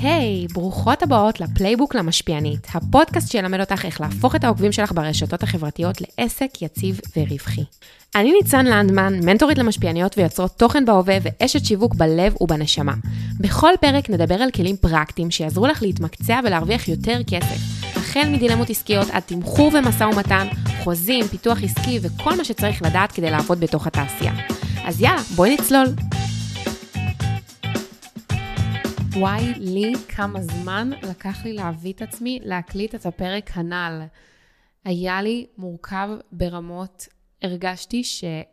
היי, ברוכות הבאות לפלייבוק למשפיענית, הפודקאסט שילמד אותך איך להפוך את העוקבים שלך ברשתות החברתיות לעסק יציב ורווחי. אני ניצן לנדמן, מנטורית למשפיעניות ויוצרות תוכן בהווה ואשת שיווק בלב ובנשמה. בכל פרק נדבר על כלים פרקטיים שיעזרו לך להתמקצע ולהרוויח יותר כסף. החל מדילמות עסקיות עד תמחור ומשא ומתן, חוזים, פיתוח עסקי וכל מה שצריך לדעת כדי לעבוד בתוך התעשייה. אז יאללה, בואי נצלול. וואי, לי כמה זמן לקח לי להביא את עצמי להקליט את הפרק הנ"ל. היה לי מורכב ברמות, הרגשתי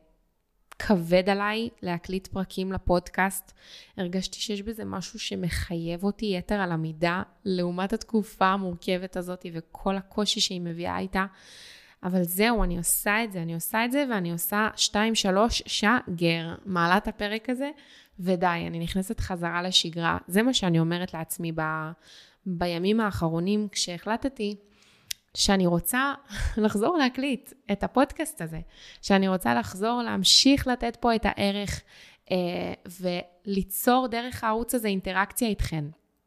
שכבד עליי להקליט פרקים לפודקאסט, הרגשתי שיש בזה משהו שמחייב אותי יתר על המידה, לעומת התקופה המורכבת הזאת וכל הקושי שהיא מביאה איתה. אבל זהו, אני עושה את זה ואני עושה 2-3 שגר, מעלה את הפרק הזה, ודי, אני נכנסת חזרה לשגרה. זה מה שאני אומרת לעצמי בימים האחרונים, כשהחלטתי שאני רוצה לחזור להקליט את הפודקאסט הזה, שאני רוצה לחזור להמשיך לתת פה את הערך, וליצור דרך הערוץ הזה אינטראקציה איתכן.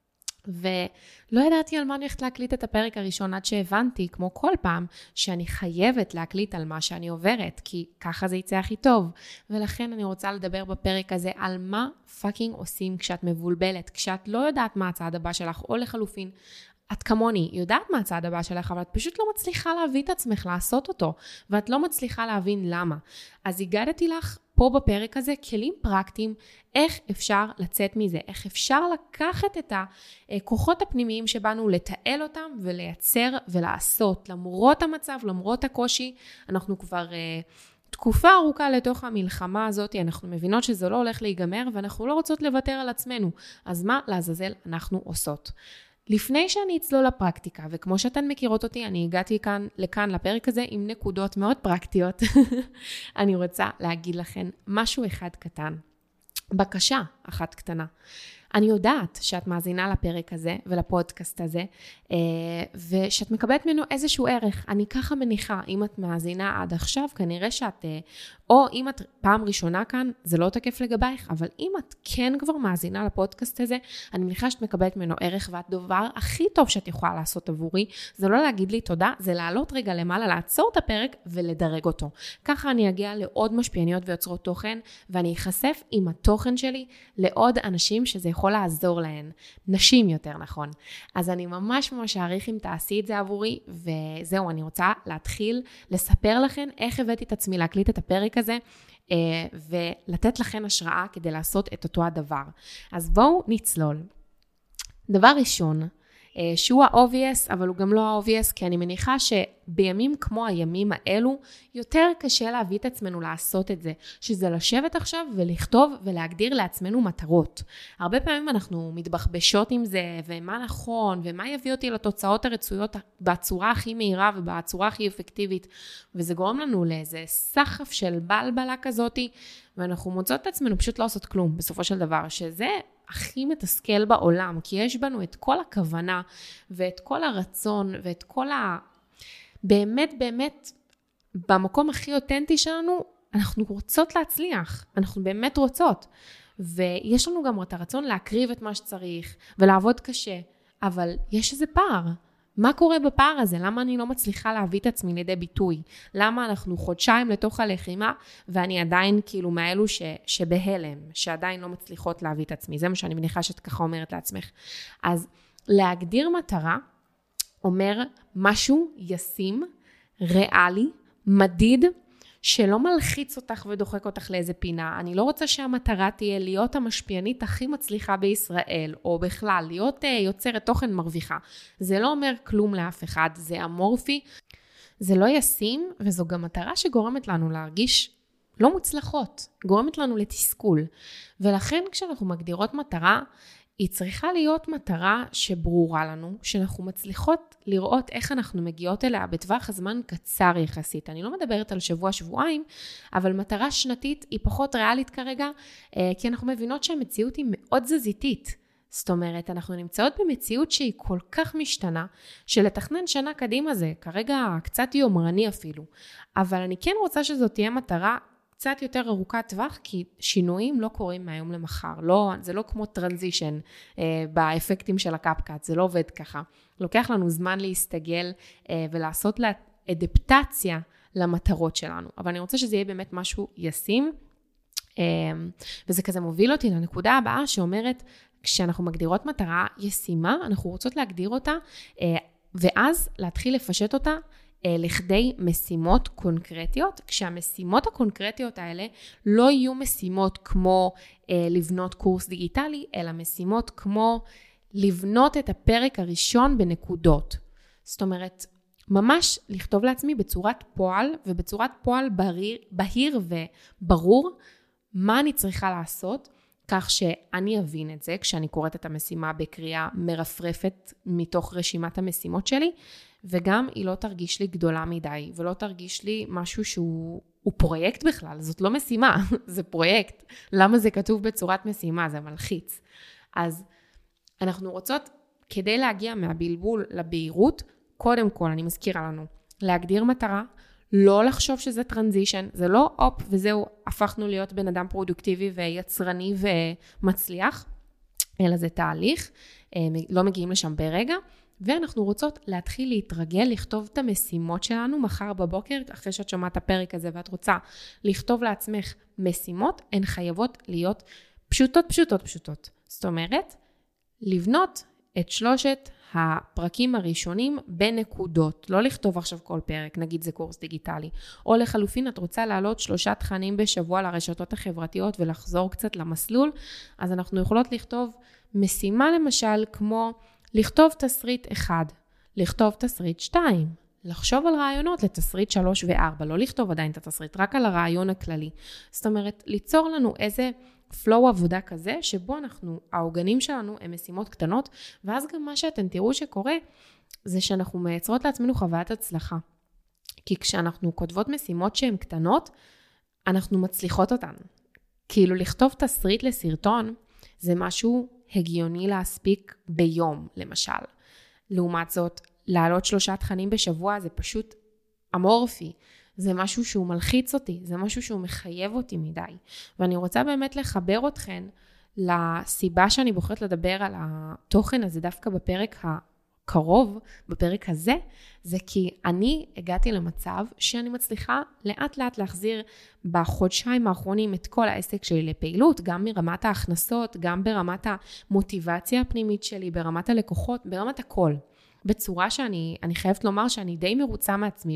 ולא ידעתי על מה אני הולכת להקליט את הפרק הראשון עד שהבנתי, כמו כל פעם, שאני חייבת להקליט על מה שאני עוברת, כי ככה זה יצא הכי טוב. ולכן אני רוצה לדבר בפרק הזה על מה פאקינג עושים כשאת מבולבלת, כשאת לא יודעת מה הצעד הבא שלך, או לחלופין, את כמוני יודעת מה הצעד הבא שלך, אבל את פשוט לא מצליחה להביא את עצמך לעשות אותו, ואת לא מצליחה להבין למה. אז הגעתי לך פה בפרק הזה כלים פרקטיים, איך אפשר לצאת מזה, איך אפשר לקחת את הכוחות הפנימיים שבנו, לתעל אותם ולייצר ולעשות, למרות המצב, למרות הקושי. אנחנו כבר תקופה ארוכה לתוך המלחמה הזאת, אנחנו מבינות שזה לא הולך להיגמר, ואנחנו לא רוצות לוותר על עצמנו. אז מה לעזאזל אנחנו עושות? לפני שאני אצלול לפרקטיקה, וכמו שאתן מכירות אותי, אני הגעתי לכאן לפרק הזה עם נקודות מאוד פרקטיות. אני רוצה להגיד לכן משהו אחד קטן. בקשה אחת קטנה. אני יודעת שאת מאזינה לפרק הזה ולפודקאסט הזה, ושאת מקבלת ממנו איזשהו ערך. אני ככה מניחה, אם את מאזינה עד עכשיו, כנראה שאת, או אם את פעם ראשונה כאן, זה לא תקף לגבייך, אבל אם את כן כבר מאזינה לפודקאסט הזה, אני מניחה שאת מקבלת ממנו ערך, והדבר הכי טוב שאת יכולה לעשות עבורי, זה לא להגיד לי תודה, זה לעלות רגע למעלה, לעצור את הפרק ולדרג אותו. ככה אני אגיע לעוד משפיעניות ויוצרות תוכן, ואני אחשף עם התוכן שלי לעוד אנשים שזה יכול לעזור להן, נשים יותר נכון. אז אני ממש אעריך אם תעשי את זה עבורי, וזהו, אני רוצה להתחיל לספר לכן איך הבאתי את עצמי להקליט את הפרק הזה, ולתת לכן השראה כדי לעשות את אותו הדבר. אז בואו נצלול. דבר ראשון, שהוא ה-obvious, אבל הוא גם לא ה-obvious, כי אני מניחה שבימים כמו הימים האלו, יותר קשה להביא את עצמנו לעשות את זה, שזה לשבת עכשיו ולכתוב ולהגדיר לעצמנו מטרות. הרבה פעמים אנחנו מתבחבשות עם זה, ומה נכון, ומה יביא אותי לתוצאות הרצויות בצורה הכי מהירה ובצורה הכי אפקטיבית, וזה גורם לנו לאיזה סחף של בלבלה כזאת, ואנחנו מוצאות את עצמנו פשוט לא עושות כלום בסופו של דבר, שזה הכי מתסכל בעולם, כי יש בנו את כל הכוונה ואת כל הרצון ואת כל באמת במקום הכי אותנטי שלנו, אנחנו רוצות להצליח, אנחנו באמת רוצות, ויש לנו גם את הרצון להקריב את מה שצריך ולעבוד קשה, אבל יש איזה פער. מה קורה בפער הזה? למה אני לא מצליחה להביא את עצמי לידי ביטוי? למה אנחנו חודשיים לתוך הלחימה, ואני עדיין כאילו מאלו שבהלם, שעדיין לא מצליחות להביא את עצמי? זה מה שאני מניחה שאת ככה אומרת לעצמך. אז להגדיר מטרה אומר משהו ישים, ריאלי, מדיד, שלא מלחיץ אותך ודוחק אותך לאיזה פינה. אני לא רוצה שהמטרה תהיה להיות המשפיענית הכי מצליחה בישראל, או בכלל, להיות יוצרת תוכן מרוויחה. זה לא אומר כלום לאף אחד, זה אמורפי, זה לא ישים, וזו גם מטרה שגורמת לנו להרגיש לא מוצלחות, גורמת לנו לתסכול. ולכן כשאנחנו מגדירות מטרה, היא צריכה להיות מטרה שברורה לנו, שאנחנו מצליחות לראות איך אנחנו מגיעות אליה בטווח הזמן קצר יחסית. אני לא מדברת על שבוע-שבועיים, אבל מטרה שנתית היא פחות ריאלית כרגע, כי אנחנו מבינות שהמציאות היא מאוד זזיתית. זאת אומרת, אנחנו נמצאות במציאות שהיא כל כך משתנה, שלתכנן שנה קדימה זה כרגע קצת יומרני אפילו. אבל אני כן רוצה שזאת תהיה מטרה קצת יותר ארוכת טווח, כי שינויים לא קורים מהיום למחר. זה לא כמו טרנזישן באפקטים של הקפקט, זה לא עובד ככה. לוקח לנו זמן להסתגל ולעשות לה אדפטציה למטרות שלנו. אבל אני רוצה שזה יהיה באמת משהו ישים, וזה כזה מוביל אותי לנקודה הבאה שאומרת, כשאנחנו מגדירות מטרה ישימה, אנחנו רוצות להגדיר אותה, ואז להתחיל לפשט אותה לכדי משימות קונקרטיות, כשהמשימות הקונקרטיות האלה לא יהיו משימות כמו לבנות קורס דיגיטלי, אלא משימות כמו לבנות את הפרק הראשון בנקודות. זאת אומרת, ממש לכתוב לעצמי בצורת פועל, ובצורת פועל בהיר וברור, מה אני צריכה לעשות, כך שאני אבין את זה, כשאני קוראת את המשימה בקריאה מרפרפת מתוך רשימת המשימות שלי, וגם היא לא תרגיש לי גדולה מדי, ולא תרגיש לי משהו שהוא פרויקט בכלל, זאת לא משימה, זה פרויקט. למה זה כתוב בצורת משימה? זה מלחיץ. אז אנחנו רוצות, כדי להגיע מהבלבול לבהירות, קודם כל, אני מזכירה לנו, להגדיר מטרה, לא לחשוב שזה טרנזישן, זה לא אופ וזהו, הפכנו להיות בן אדם פרודוקטיבי ויצרני ומצליח, אלא זה תהליך, לא מגיעים לשם ברגע, ואנחנו רוצות להתחיל להתרגל, לכתוב את המשימות שלנו מחר בבוקר, אחרי שאת שומעת הפרק הזה ואת רוצה לכתוב לעצמך משימות, הן חייבות להיות פשוטות. זאת אומרת, לבנות את 3 הפרקים הראשונים בנקודות, לא לכתוב עכשיו כל פרק, נגיד זה קורס דיגיטלי, או לחלופין את רוצה להעלות 3 תכנים בשבוע לרשתות החברתיות ולחזור קצת למסלול, אז אנחנו יכולות לכתוב משימה למשל כמו לכתוב תסריט 1, לכתוב תסריט 2, לחשוב על רעיונות לתסריט 3 ו-4, לא לכתוב עדיין את התסריט, רק על הרעיון הכללי. זאת אומרת, ליצור לנו איזה flow עבודה כזה, שבו העוגנים שלנו הם משימות קטנות, ואז גם מה שאתם תראו שקורה, זה שאנחנו מייצרות לעצמנו חוויית הצלחה. כי כשאנחנו כותבות משימות שהן קטנות, אנחנו מצליחות אותן. כאילו לכתוב תסריט לסרטון, זה משהו הגיוני להספיק ביום, למשל. לעומת זאת, להעלות 3 תכנים בשבוע, זה פשוט אמורפי. זה משהו שהוא מלחיץ אותי, זה משהו שהוא מחייב אותי מדי. ואני רוצה באמת לחבר אתכן לסיבה שאני בוחרת לדבר על התוכן הזה דווקא בפרק הקרוב, בפרק הזה, זה כי אני הגעתי למצב שאני מצליחה לאט לאט להחזיר בחודשיים האחרונים את כל העסק שלי לפעילות, גם מרמת ההכנסות, גם ברמת המוטיבציה הפנימית שלי, ברמת הלקוחות, ברמת הכל. בצורה שאני חייבת לומר שאני די מרוצה מעצמי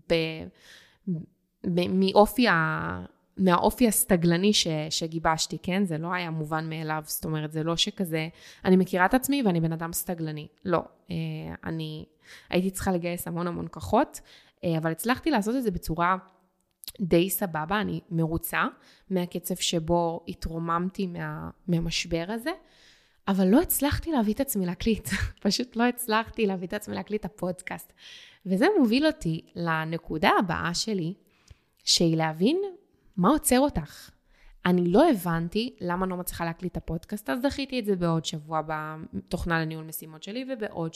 מהאופי הסטגלני שגיבשתי, כן? זה לא היה מובן מאליו, זאת אומרת, זה לא שכזה, אני מכירה את עצמי ואני בן אדם סטגלני. לא, אני הייתי צריכה לגייס המון כוחות, אבל הצלחתי לעשות את זה בצורה די סבבה, אני מרוצה מהקצב שבו התרוממתי מהמשבר הזה, אבל לא הצלחתי להביא את עצמי להקליט, פשוט לא הצלחתי להביא את עצמי להקליט את הפודקאסט. וזה מוביל אותי לנקודה הבאה שלי, שהיא להבין מה עוצר אותך. אני לא הבנתי למה אני לא מצליחה להקליט את הפודקאסט, אז דחיתי את זה בעוד שבוע בתוכנה לניהול משימות שלי, ובעוד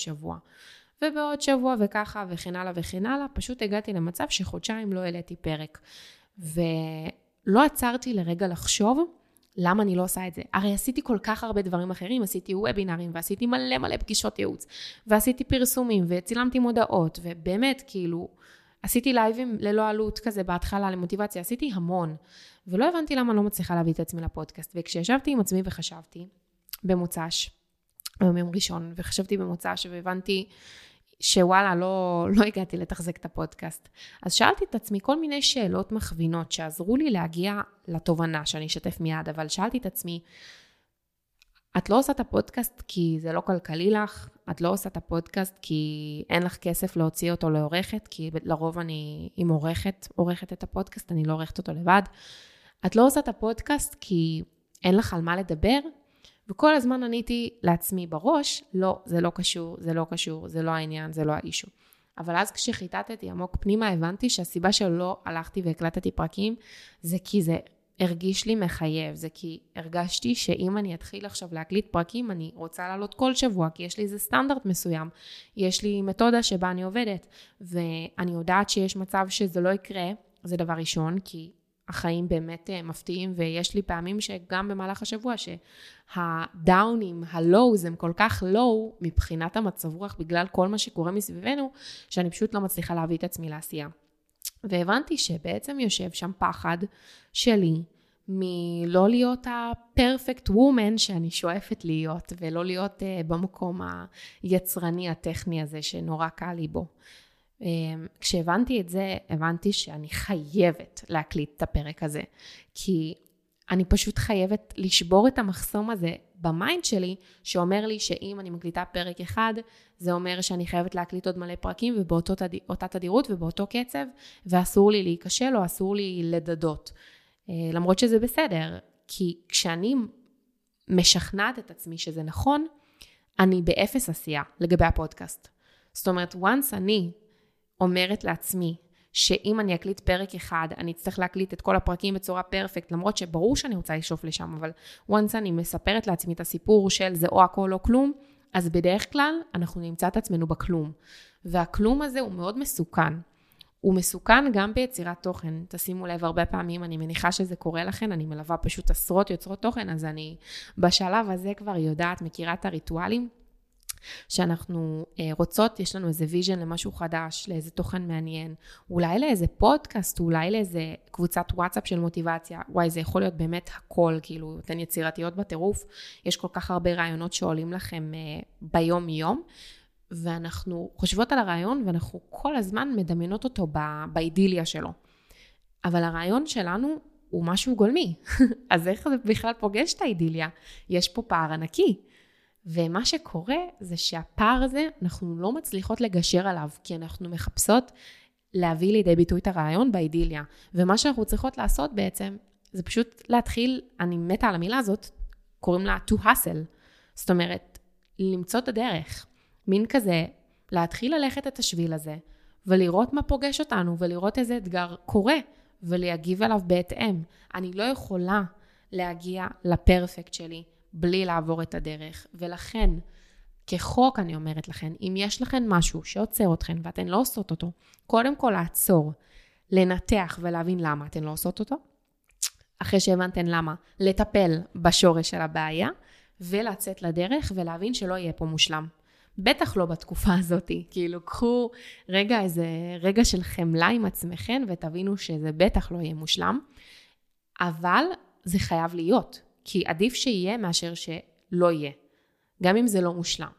שבוע וככה וכן הלאה, פשוט הגעתי למצב שחודשיים לא העליתי פרק. ולא עצרתי לרגע לחשוב למה אני לא עושה את זה. הרי עשיתי כל כך הרבה דברים אחרים, עשיתי וובינרים, ועשיתי מלא פגישות ייעוץ, ועשיתי פרסומים, וצילמתי מודעות, ובאמת כאילו, עשיתי לייבים ללא עלות כזה בהתחלה למוטיבציה, עשיתי המון, ולא הבנתי למה לא מצליחה להביא את עצמי לפודקאסט, וכשישבתי עם עצמי וחשבתי, במוצ"ש, ביום ראשון, וחשבתי במוצ"ש, והבנתי שוואלה, לא הגעתי לתחזק את הפודקאסט. אז שאלתי את עצמי כל מיני שאלות מכווינות שעזרו לי להגיע לתובנה שאני אשתף מיד, אבל שאלתי את עצמי, את לא עושה את הפודקאסט כי זה לא כלכלי לך, את לא עושה את הפודקאסט כי אין לך כסף להוציא אותו לעורכת, כי לרוב אני עם עורכת את הפודקאסט, אני לא עורכת אותו לבד. את לא עושה את הפודקאסט כי אין לך על מה לדבר, וכל הזמן עניתי לעצמי בראש, לא, זה לא קשור, זה לא העניין, זה לא האישו. אבל אז כשחיטטתי עמוק פנימה, הבנתי שהסיבה שלא הלכתי והקלטתי פרקים, זה כי זה הרגיש לי מחייב, זה כי הרגשתי שאם אני אתחיל עכשיו להקליט פרקים, אני רוצה לעלות כל שבוע, כי יש לי איזה סטנדרט מסוים, יש לי מתודה שבה אני עובדת, ואני יודעת שיש מצב שזה לא יקרה, זה דבר ראשון, כי החיים באמת מפתיעים, ויש לי פעמים שגם במהלך השבוע שהדאונים, הלואוז הם כל כך לואו מבחינת המצב רוח, בגלל כל מה שקורה מסביבנו, שאני פשוט לא מצליחה להביא את עצמי לעשייה. והבנתי שבעצם יושב שם פחד שלי, מלא להיות הפרפקט וומן שאני שואפת להיות, ולא להיות במקום היצרני הטכני הזה שנורא קל לי בו. כשהבנתי את זה, הבנתי שאני חייבת להקליט את הפרק הזה, כי אני פשוט חייבת לשבור את המחסום הזה במיינד שלי, שאומר לי שאם אני מקליטה פרק אחד, זה אומר שאני חייבת להקליט עוד מלא פרקים, ובאותה תדירות ובאותו קצב, ואסור לי להיכשל או אסור לי לדדות. למרות שזה בסדר, כי כשאני משכנעת את עצמי שזה נכון, אני באפס עשייה לגבי הפודקאסט. זאת אומרת, once אני אומרת לעצמי, שאם אני אקליט פרק אחד, אני אצטרך להקליט את כל הפרקים בצורה פרפקט, למרות שברור שאני רוצה לשאוף לשם, אבל once אני מספרת לעצמי את הסיפור של זה או הכל או כלום, אז בדרך כלל אנחנו נמצא את עצמנו בכלום. והכלום הזה הוא מאוד מסוכן. הוא מסוכן גם ביצירת תוכן. תשימו לב, הרבה פעמים אני מניחה שזה קורה לכם, אני מלווה פשוט עשרות יוצרות תוכן, אז אני בשלב הזה כבר יודעת, מכירה את הריטואלים, שאנחנו רוצות, יש לנו איזה ויז'ן למשהו חדש, לאיזה תוכן מעניין, אולי לאיזה פודקאסט, אולי לאיזה קבוצת וואטסאפ של מוטיבציה, וואי, זה יכול להיות באמת הכל, כאילו, אתן יצירתיות בטירוף, יש כל כך הרבה רעיונות שעולים לכם ביום יום, ואנחנו חושבות על הרעיון, ואנחנו כל הזמן מדמיינות אותו באידיליה שלו. אבל הרעיון שלנו הוא משהו גולמי, אז איך זה בכלל פוגש את האידיליה? יש פה פער ענקי. ומה שקורה זה שהפער הזה אנחנו לא מצליחות לגשר עליו, כי אנחנו מחפשות להביא לידי ביטוי את הרעיון באידיליה. ומה שאנחנו צריכות לעשות בעצם, זה פשוט להתחיל, אני מתה על המילה הזאת, קוראים לה to hustle. זאת אומרת, למצוא את הדרך. מין כזה, להתחיל ללכת את השביל הזה, ולראות מה פוגש אותנו, ולראות איזה אתגר קורה, ולהגיב עליו בהתאם. אני לא יכולה להגיע לפרפקט שלי, בלי לעבור את הדרך, ולכן, כחוק אני אומרת לכן, אם יש לכן משהו שעוצר אתכן, ואתן לא עושות אותו, קודם כל לעצור, לנתח ולהבין למה אתן לא עושות אותו, אחרי שהבנתן למה, לטפל בשורש של הבעיה, ולצאת לדרך ולהבין שלא יהיה פה מושלם. בטח לא בתקופה הזאת, כאילו קחו איזה רגע של חמלה עם עצמכן, ותבינו שזה בטח לא יהיה מושלם, אבל זה חייב להיות, כי עדיף שיהיה מאשר שלא יהיה, גם אם זה לא מושלם.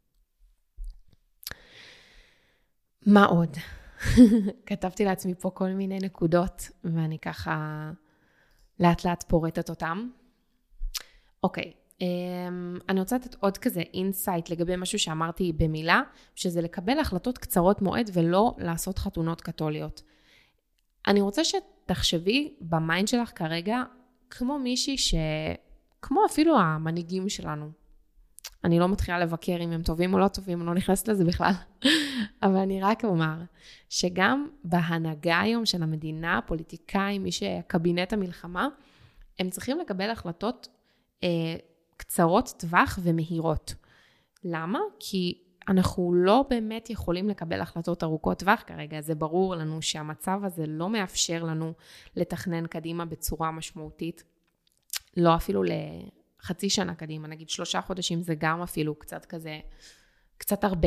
מה עוד? כתבתי לעצמי פה כל מיני נקודות, ואני ככה לאט לאט פורטת אותם. אוקיי, אני רוצה לתת עוד כזה אינסייט לגבי משהו שאמרתי במילה, שזה לקבל החלטות קצרות מועד ולא לעשות חתונות קתוליות. אני רוצה שתחשבי במיינד שלך כרגע, כמו מישהי כמו אפילו המנהיגים שלנו. אני לא מתחילה לבקר אם הם טובים או לא טובים, אני לא נכנסת לזה בכלל. אבל אני רק אומר, שגם בהנהגה היום של המדינה, הפוליטיקאים, מי שקבינט המלחמה, הם צריכים לקבל החלטות קצרות טווח ומהירות. למה? כי אנחנו לא באמת יכולים לקבל החלטות ארוכות טווח כרגע. זה ברור לנו שהמצב הזה לא מאפשר לנו לתכנן קדימה בצורה משמעותית. לא אפילו לחצי שנה קדימה, נגיד 3 חודשים זה גם אפילו קצת כזה, קצת הרבה.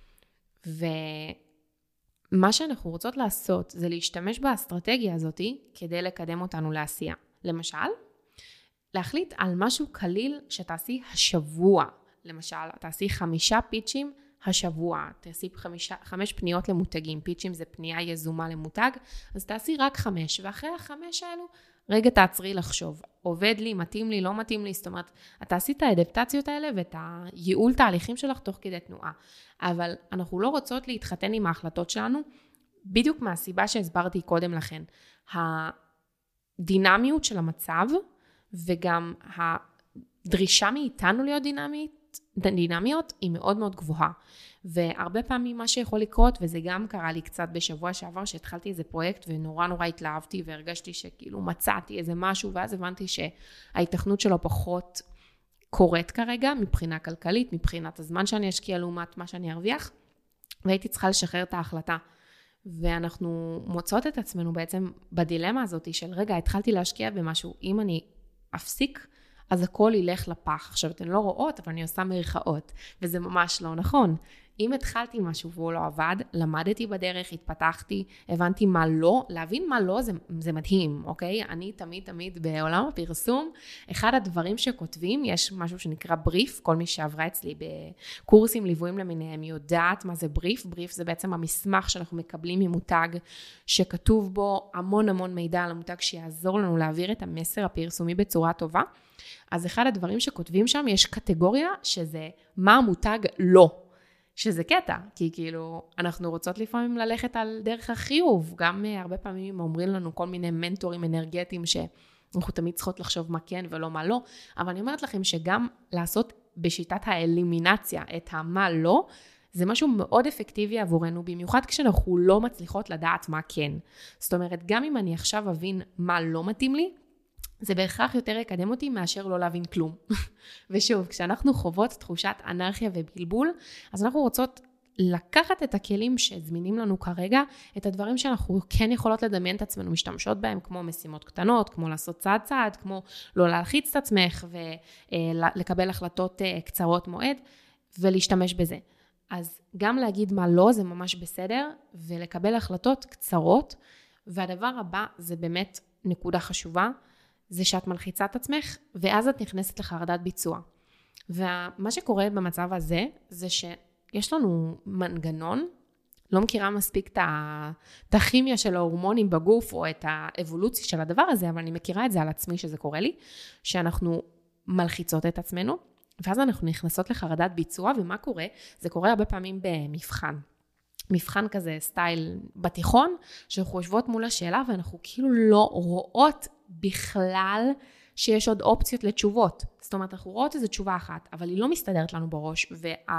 ומה שאנחנו רוצות לעשות זה להשתמש באסטרטגיה הזאת כדי לקדם אותנו לעשייה. למשל, להחליט על משהו קליל שתעשי השבוע. למשל, תעשי 5 פיצ'ים השבוע, תעשי 5 פניות למותגים. פיצ'ים זה פנייה יזומה למותג, אז תעשי רק 5, ואחרי 5 האלו, רגע תעצרי לחשוב, עובד לי, מתאים לי, לא מתאים לי, זאת אומרת, אתה עשית את האדפטציות האלה ואת הייעול תהליכים שלך תוך כדי תנועה. אבל אנחנו לא רוצות להתחתן עם ההחלטות שלנו, בדיוק מהסיבה שהסברתי קודם לכן. הדינמיות של המצב, וגם הדרישה מאיתנו להיות דינמיות, היא מאוד מאוד גבוהה. והרבה פעמים מה שיכול לקרות, וזה גם קרה לי קצת בשבוע שעבר, שהתחלתי איזה פרויקט ונורא התלהבתי, והרגשתי שכאילו מצאתי איזה משהו, ואז הבנתי שההיתכנות שלו פחות קורית כרגע, מבחינה כלכלית, מבחינת הזמן שאני אשקיע לעומת מה שאני ארוויח, והייתי צריכה לשחרר את ההחלטה. ואנחנו מוצאות את עצמנו בעצם בדילמה הזאת של רגע, התחלתי להשקיע במשהו, אם אני אפסיק, אז הכל ילך לפח. עכשיו, אתן לא רואות, אבל אני עושה מרכאות, וזה ממש לא נכון. אם התחלתי משהו והוא לא עבד, למדתי בדרך, התפתחתי, הבנתי מה לא, להבין מה לא זה מדהים, אוקיי? אני תמיד בעולם הפרסום, אחד הדברים שכותבים, יש משהו שנקרא בריף, כל מי שעברה אצלי בקורסים ליוויים למיניהם יודעת מה זה בריף, בריף זה בעצם המסמך שאנחנו מקבלים ממותג, שכתוב בו המון מידע על המותג שיעזור לנו להעביר את המסר הפרסומי בצורה טובה. אז אחד הדברים שכותבים שם, יש קטגוריה שזה מה המותג לא. שזה קטע, כי כאילו אנחנו רוצות לפעמים ללכת על דרך החיוב, גם הרבה פעמים אומרים לנו כל מיני מנטורים אנרגטיים שאנחנו תמיד צריכות לחשוב מה כן ולא מה לא, אבל אני אומרת לכם שגם לעשות בשיטת האלימינציה את המה לא, זה משהו מאוד אפקטיבי עבורנו, במיוחד כשאנחנו לא מצליחות לדעת מה כן. זאת אומרת, גם אם אני עכשיו אבין מה לא מתאים לי, זה בהכרח יותר יקדם אותי מאשר לא להבין כלום. ושוב, כשאנחנו חוות תחושת אנרכיה ובלבול, אז אנחנו רוצות לקחת את הכלים שזמינים לנו כרגע, את הדברים שאנחנו כן יכולות לדמיין את עצמנו משתמשות בהם, כמו משימות קטנות, כמו לעשות צעד, כמו לא להלחיץ את עצמך ולקבל החלטות קצרות מועד, ולהשתמש בזה. אז גם להגיד מה לא זה ממש בסדר, ולקבל החלטות קצרות, והדבר הבא זה באמת נקודה חשובה, זה שאת מלחיצה את עצמך, ואז את נכנסת לחרדת ביצוע. ומה שקורה במצב הזה, זה שיש לנו מנגנון, לא מכירה מספיק את הכימיה של ההורמונים בגוף, או את האבולוציה של הדבר הזה, אבל אני מכירה את זה על עצמי שזה קורה לי, שאנחנו מלחיצות את עצמנו, ואז אנחנו נכנסות לחרדת ביצוע, ומה קורה? זה קורה הרבה פעמים במבחן. מבחן כזה סטייל בתיכון, שאנחנו יושבות מול השאלה, ואנחנו כאילו לא רואות בכלל שיש עוד אופציות לתשובות. זאת אומרת, אנחנו רואות איזו תשובה אחת, אבל היא לא מסתדרת לנו בראש,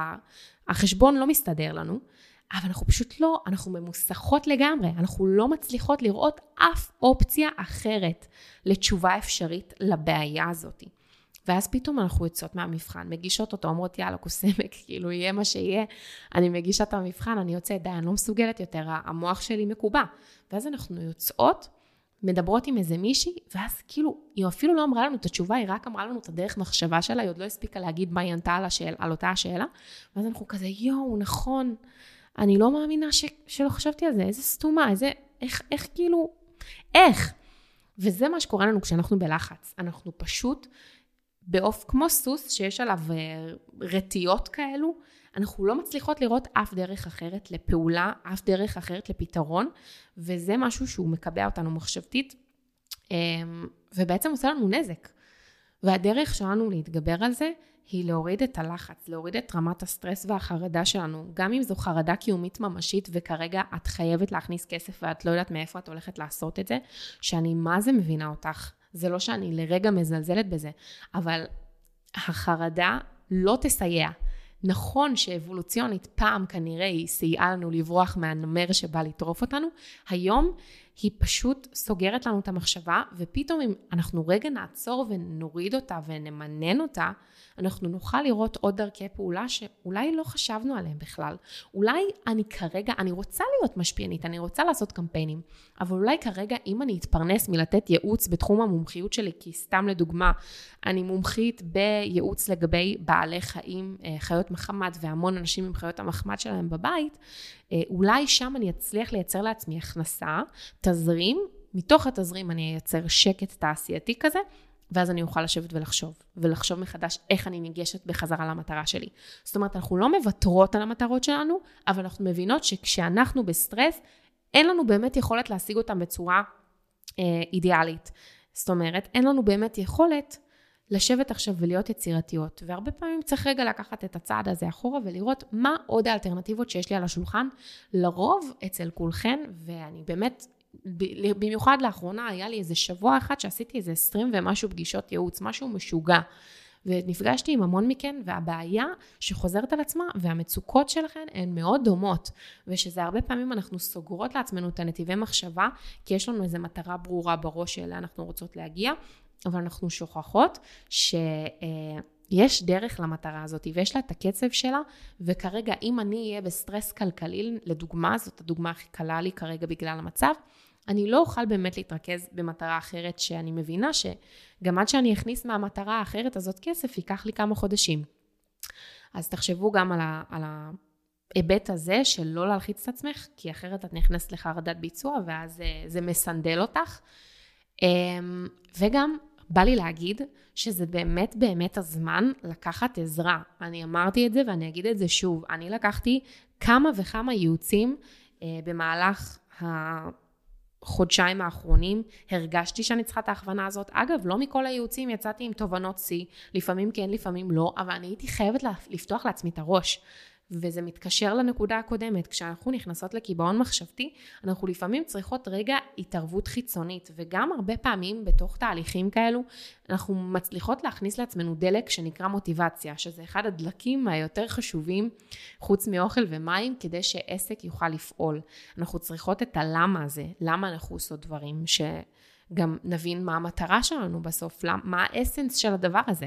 והחשבון לא מסתדר לנו, אבל אנחנו פשוט לא, אנחנו ממוסכות לגמרי, אנחנו לא מצליחות לראות אף אופציה אחרת לתשובה אפשרית לבעיה הזאת. ואז פתאום אנחנו יוצאות מהמבחן, מגישות אותו, אומרות יאללה קוסמק, כאילו יהיה מה שיהיה, אני מגישה את המבחן, אני יוצאת, די, אני לא מסוגלת יותר, המוח שלי מקובע. ואז אנחנו יוצאות, מדברות עם איזה מישהי, ואז כאילו, היא אפילו לא אמרה לנו את התשובה, היא רק אמרה לנו את הדרך מחשבה שלה, היא עוד לא הספיקה להגיד מה היא ענתה על אותה השאלה, ואז אנחנו כזה, יואו, נכון, אני לא מאמינה שלא חשבתי על זה, איזה סתומה, איך כאילו, איך? וזה מה שקורה לנו כשאנחנו בלחץ, אנחנו פשוט, כמו סוס שיש עליו רטיות כאלו, אנחנו לא מצליחות לראות אף דרך אחרת לפעולה, אף דרך אחרת לפתרון, וזה משהו שהוא מקבע אותנו מחשבתית, ובעצם עושה לנו נזק. והדרך שלנו להתגבר על זה, היא להוריד את הלחץ, להוריד את רמת הסטרס והחרדה שלנו, גם אם זו חרדה קיומית ממשית, וכרגע את חייבת להכניס כסף, ואת לא יודעת מאיפה את הולכת לעשות את זה, שאני מה זה מבינה אותך, זה לא שאני לרגע מזלזלת בזה, אבל החרדה לא תסייע. נכון שאבולוציונית פעם כנראה היא סייעה לנו לברוח מהנמר שבא לטרוף אותנו, היום היא פשוט סוגרת לנו את המחשבה, ופתאום אם אנחנו רגע נעצור ונוריד אותה ונמנן אותה, אנחנו נוכל לראות עוד דרכי פעולה שאולי לא חשבנו עליהם בכלל. אולי אני רוצה להיות משפיענית, אני רוצה לעשות קמפיינים, אבל אולי כרגע אם אני אתפרנס מלתת ייעוץ בתחום המומחיות שלי, כי סתם לדוגמה, אני מומחית בייעוץ לגבי בעלי חיים, חיות מחמד, והמון אנשים עם חיות המחמד שלהם בבית, אולי שם אני אצליח לייצר לעצמי הכנסה, תזרים, מתוך התזרים אני אייצר שקט תעשייתי כזה, ואז אני אוכל לשבת ולחשוב מחדש איך אני ניגשת בחזרה למטרה שלי. זאת אומרת, אנחנו לא מוותרות על המטרות שלנו, אבל אנחנו מבינות שכשאנחנו בסטרס, אין לנו באמת יכולת להשיג אותם בצורה אידיאלית. זאת אומרת, אין לנו באמת יכולת לשבת עכשיו ולהיות יצירתיות. והרבה פעמים צריך רגע לקחת את הצעד הזה אחורה ולראות מה עוד האלטרנטיבות שיש לי על השולחן. לרוב אצל כולכן, ואני באמת, במיוחד לאחרונה היה לי איזה שבוע אחד שעשיתי איזה 20 ומשהו פגישות ייעוץ, משהו משוגע. ונפגשתי עם המון מכן, והבעיה שחוזרת על עצמה, והמצוקות שלכן הן מאוד דומות, ושזה הרבה פעמים אנחנו סוגרות לעצמנו את הנתיבי מחשבה, כי יש לנו איזו מטרה ברורה בראש שאליה אנחנו רוצות להגיע, אבל אנחנו שוכחות שיש יש דרך למטרה הזאת, ויש לה את הקצב שלה, וכרגע אם אני אהיה בסטרס כלכלי, לדוגמה, זאת הדוגמה הכי קלה לי כרגע בגלל המצב, אני לא אוכל באמת להתרכז במטרה אחרת, שאני מבינה שגם עד שאני אכניס מהמטרה האחרת הזאת כסף, ייקח לי כמה חודשים. אז תחשבו גם על ההיבט הזה של לא להלחיץ את עצמך, כי אחרת את נכנסת לחרדת ביצוע, ואז זה מסנדל אותך. וגם בא לי להגיד שזה באמת באמת הזמן לקחת עזרה. אני אמרתי את זה ואני אגיד את זה שוב. אני לקחתי כמה וכמה ייעוצים במהלך החודשיים האחרונים. הרגשתי שאני צריכה את ההכוונה הזאת. אגב, לא מכל הייעוצים יצאתי עם תובנות C. לפעמים כן, לפעמים לא. אבל אני הייתי חייבת לפתוח לעצמי את הראש. וזה מתקשר לנקודה הקודמת, כשאנחנו נכנסות לקיבעון מחשבתי, אנחנו לפעמים צריכות רגע התערבות חיצונית, וגם הרבה פעמים בתוך תהליכים כאלו, אנחנו מצליחות להכניס לעצמנו דלק שנקרא מוטיבציה, שזה אחד הדלקים היותר חשובים, חוץ מאוכל ומים, כדי שעסק יוכל לפעול. אנחנו צריכות את הלמה הזה, למה אנחנו עושות דברים, שגם נבין מה המטרה שלנו בסוף, מה האסנס של הדבר הזה.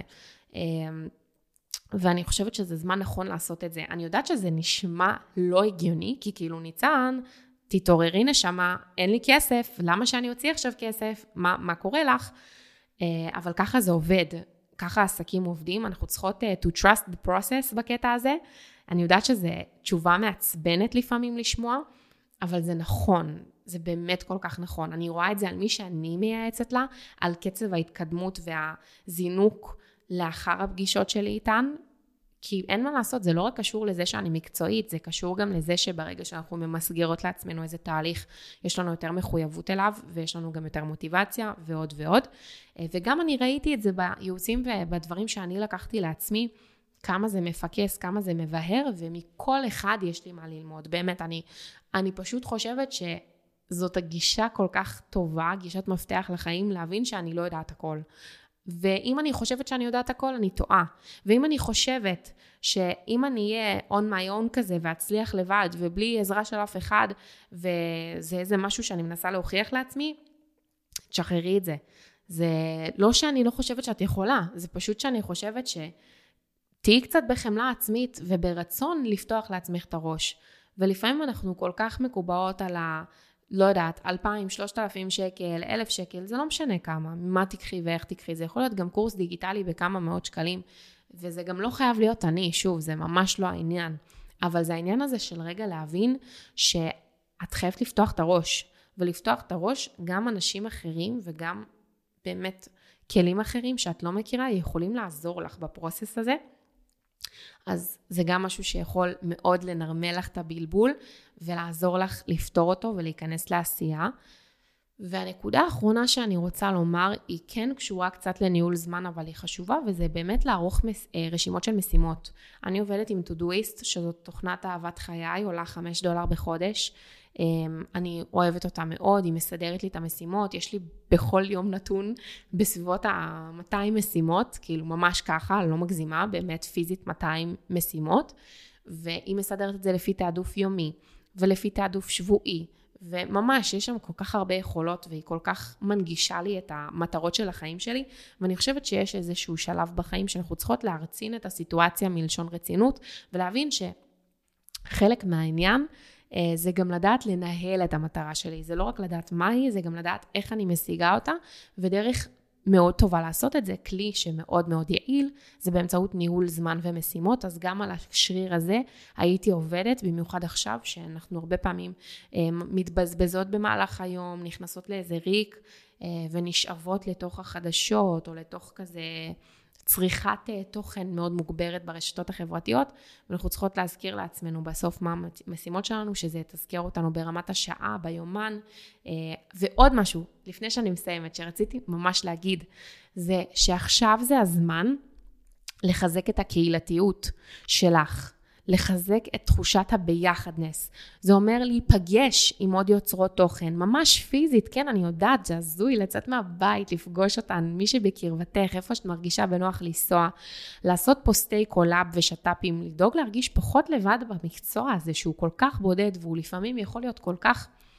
ואני חושבת שזה זמן נכון לעשות את זה. אני יודעת שזה נשמע לא הגיוני, כי כאילו ניצן, תתעוררי נשמה, אין לי כסף, למה שאני אוציא עכשיו כסף? מה קורה לך? אבל ככה זה עובד, ככה העסקים עובדים, אנחנו צריכות to trust the process בקטע הזה. אני יודעת שזה תשובה מעצבנת לפעמים לשמוע, אבל זה נכון, זה באמת כל כך נכון. אני רואה את זה על מי שאני מייעצת לה, על קצב ההתקדמות והזינוק לאחר הפגישות שלי איתן, כי אין מה לעשות, זה לא רק קשור לזה שאני מקצועית, זה קשור גם לזה שברגע שאנחנו ממסגרות לעצמנו איזה תהליך, יש לנו יותר מחויבות אליו, ויש לנו גם יותר מוטיבציה, ועוד ועוד. וגם אני ראיתי את זה בייעוצים ובדברים שאני לקחתי לעצמי, כמה זה מפקס, כמה זה מבהר, ומכל אחד יש לי מה ללמוד. באמת, אני פשוט חושבת שזאת הגישה כל כך טובה, גישת מפתח לחיים, להבין שאני לא יודעת הכל. ואם אני חושבת שאני יודעת הכל, אני טועה. ואם אני חושבת שאם אני אהיה on my own כזה, ואצליח לבד, ובלי עזרה של אף אחד, וזה איזה משהו שאני מנסה להוכיח לעצמי, תשחררי את זה. זה לא שאני לא חושבת שאת יכולה, זה פשוט שאני חושבת שתהי קצת בחמלה עצמית, וברצון לפתוח לעצמך את הראש. ולפעמים אנחנו כל כך מקובעות על לא יודעת, 2,000, 3,000 שקל, 1,000 שקל, זה לא משנה כמה, מה תקחי ואיך תקחי, זה יכול להיות גם קורס דיגיטלי בכמה מאות שקלים, וזה גם לא חייב להיות אני, שוב, זה ממש לא העניין, אבל זה העניין הזה של רגע להבין שאת חייבת לפתוח את הראש, ולפתוח את הראש גם אנשים אחרים וגם באמת כלים אחרים שאת לא מכירה, יכולים לעזור לך בפרוסס הזה, אז זה גם משהו שיכול מאוד לנרמל לך את הבלבול, ולעזור לך לפתור אותו ולהיכנס לעשייה. והנקודה האחרונה שאני רוצה לומר, היא כן קשורה קצת לניהול זמן, אבל היא חשובה, וזה באמת לערוך רשימות של משימות. אני עובדת עם Todoist, שזאת תוכנת אהבת חיי, עולה $5 בחודש. אני אוהבת אותה מאוד, היא מסדרת לי את המשימות, יש לי בכל יום נתון בסביבות 200 משימות, כאילו ממש ככה, לא מגזימה, באמת פיזית 200 משימות, והיא מסדרת את זה לפי תעדוף יומי, ולפי תעדוף שבועי, וממש יש שם כל כך הרבה יכולות, והיא כל כך מנגישה לי את המטרות של החיים שלי, ואני חושבת שיש איזשהו שלב בחיים שאנחנו צריכות להרצין את הסיטואציה מלשון רצינות, ולהבין שחלק מהעניין, זה גם לדעת לנהל את המטרה שלי, זה לא רק לדעת מה היא, זה גם לדעת איך אני משיגה אותה, ודרך מאוד טובה לעשות את זה, כלי שמאוד מאוד יעיל, זה באמצעות ניהול זמן ומשימות, אז גם על השריר הזה הייתי עובדת, במיוחד עכשיו שאנחנו הרבה פעמים מתבזבזות במהלך היום, נכנסות לאיזה ריק, ונשאבות לתוך החדשות, או לתוך כזה צריכת תוכן מאוד מוגברת ברשתות החברתיות, ואנחנו צריכות להזכיר לעצמנו בסוף מה המשימות שלנו, שזה תזכיר אותנו ברמת השעה, ביומן, ועוד משהו, לפני שאני מסיימת, שרציתי ממש להגיד, זה שעכשיו זה הזמן לחזק את הקהילתיות שלך, לחזק את תחושת הביחדנס. זה אומר להיפגש עם עוד יוצרות תוכן, ממש פיזית, כן, אני יודעת, זה הזוי לצאת מהבית, לפגוש אותן, מי שבקרבתך, איפה שאת מרגישה בנוח לנסוע, לעשות פוסטי קולאב ושטאפים, לדאוג להרגיש פחות לבד במקצוע הזה, שהוא כל כך בודד, והוא לפעמים יכול להיות כל כך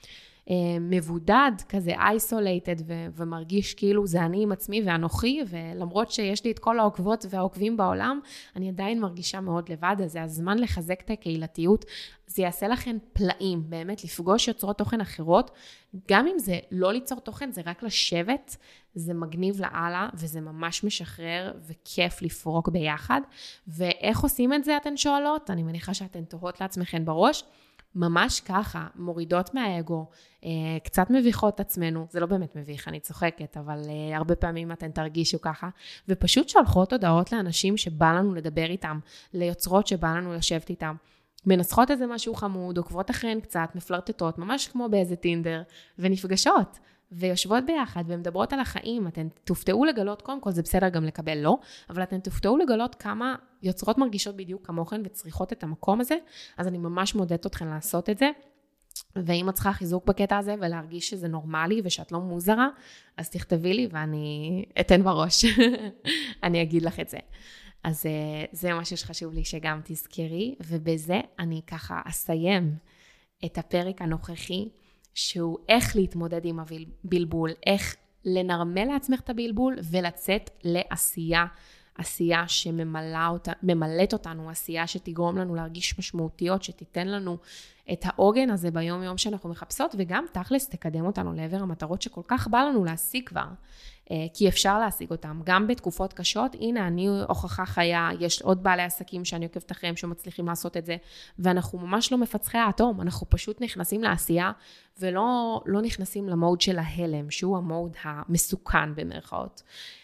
מבודד, כזה isolated, ומרגיש כאילו זה אני עם עצמי ואנוכי, ולמרות שיש לי את כל העוקבות והעוקבים בעולם, אני עדיין מרגישה מאוד לבד, אז זה הזמן לחזק את הקהילתיות, זה יעשה לכם פלאים, באמת לפגוש יוצרות תוכן אחרות, גם אם זה לא ליצור תוכן, זה רק לשבת, זה מגניב לעלה, וזה ממש משחרר וכיף לפרוק ביחד, ואיך עושים את זה אתן שואלות? אני מניחה שאתן תוהות לעצמכן בראש, ממש ככה, מורידות מהאגו, קצת מביכות עצמנו, זה לא באמת מביך, אני צוחקת, אבל הרבה פעמים אתן תרגישו ככה, ופשוט שולחות הודעות לאנשים שבא לנו לדבר איתם, ליוצרות שבא לנו לשבת איתם, מנסחות איזה משהו חמוד, עוקבות אחריהן קצת, מפלרטטות, ממש כמו באיזה טינדר, ונפגשות, ויושבות ביחד, ומדברות על החיים, אתן תופתעו לגלות, קודם כל זה בסדר גם לקבל לא, אבל אתן תופתעו לגלות כמה יוצרות מרגישות בדיוק כמוכן, וצריכות את המקום הזה, אז אני ממש מודדת אתכן לעשות את זה, ואם את צריכה חיזוק בקטע הזה, ולהרגיש שזה נורמלי, ושאת לא מוזרה, אז תכתבי לי, ואני אתן בראש, אני אגיד לך את זה. אז זה משהו שחשוב לי שגם תזכרי, ובזה אני ככה אסיים את הפרק הנוכחי, שהוא איך להתמודד עם הבלבול, איך לנרמל לעצמך את הבלבול, ולצאת לעשייה, עשייה שממלאת אותנו, עשייה שתגרום לנו להרגיש משמעותיות, שתיתן לנו את העוגן הזה ביום יום שאנחנו מחפשות, וגם תכלס תקדם אותנו לעבר המטרות שכל כך בא לנו להשיג כבר, כי אפשר להשיג אותם, גם בתקופות קשות. הנה, אני הוכחה חיה, יש עוד בעלי עסקים שאני עוקבת אחריהם שמצליחים לעשות את זה, ואנחנו ממש לא מפצחי האטום, אנחנו פשוט נכנסים לעשייה, ולא נכנסים למוד של ההלם, שהוא המוד המסוכן במרכאות.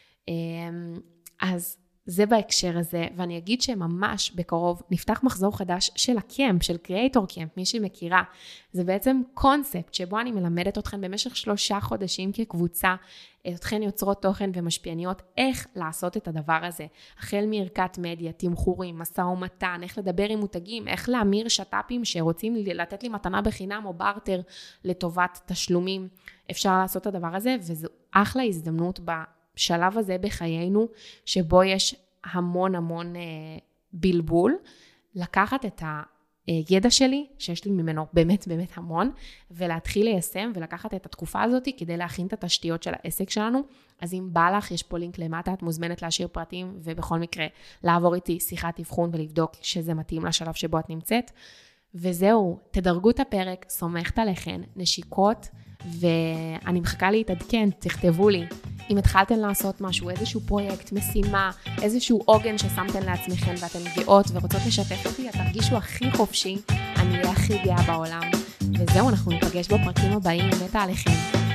אז זה בהקשר הזה, ואני אגיד שממש בקרוב נפתח מחזור חדש של הקמפ, של קריאייטור קמפ, מי שמכירה. זה בעצם קונספט שבו אני מלמדת אתכן במשך 3 חודשים כקבוצה, אתכן יוצרות תוכן ומשפיעניות, איך לעשות את הדבר הזה. החל מערכת מדיה, תמחורים, משא ומתן, איך לדבר עם מותגים, איך להמיר שטאפים שרוצים לתת לי מתנה בחינם או בארטר לטובת תשלומים. אפשר לעשות את הדבר הזה, וזו אחלה הזדמנות בשלב הזה בחיינו, שבו יש המון בלבול, לקחת את הידע שלי, שיש לי ממנו באמת המון, ולהתחיל ליישם ולקחת את התקופה הזאת, כדי להכין את התשתיות של העסק שלנו. אז אם בא לך, יש פה לינק למטה, את מוזמנת להשאיר פרטים, ובכל מקרה לעבור איתי שיחת אבחון ולבדוק שזה מתאים לשלב שבו את נמצאת. וזהו, תדרגו את הפרק, סומכת עליכן, נשיקות, ואני מחכה להתעדכן, תכתבו לי. אם התחלתן לעשות משהו, איזשהו פרויקט, משימה, איזשהו עוגן ששמתן לעצמכן ואתן גאות ורוצות לשתף אותי, את תרגישו הכי חופשי, אני אהיה הכי גאה בעולם. וזהו, אנחנו ניפגש בפרקים הבאים, מתה עליכם.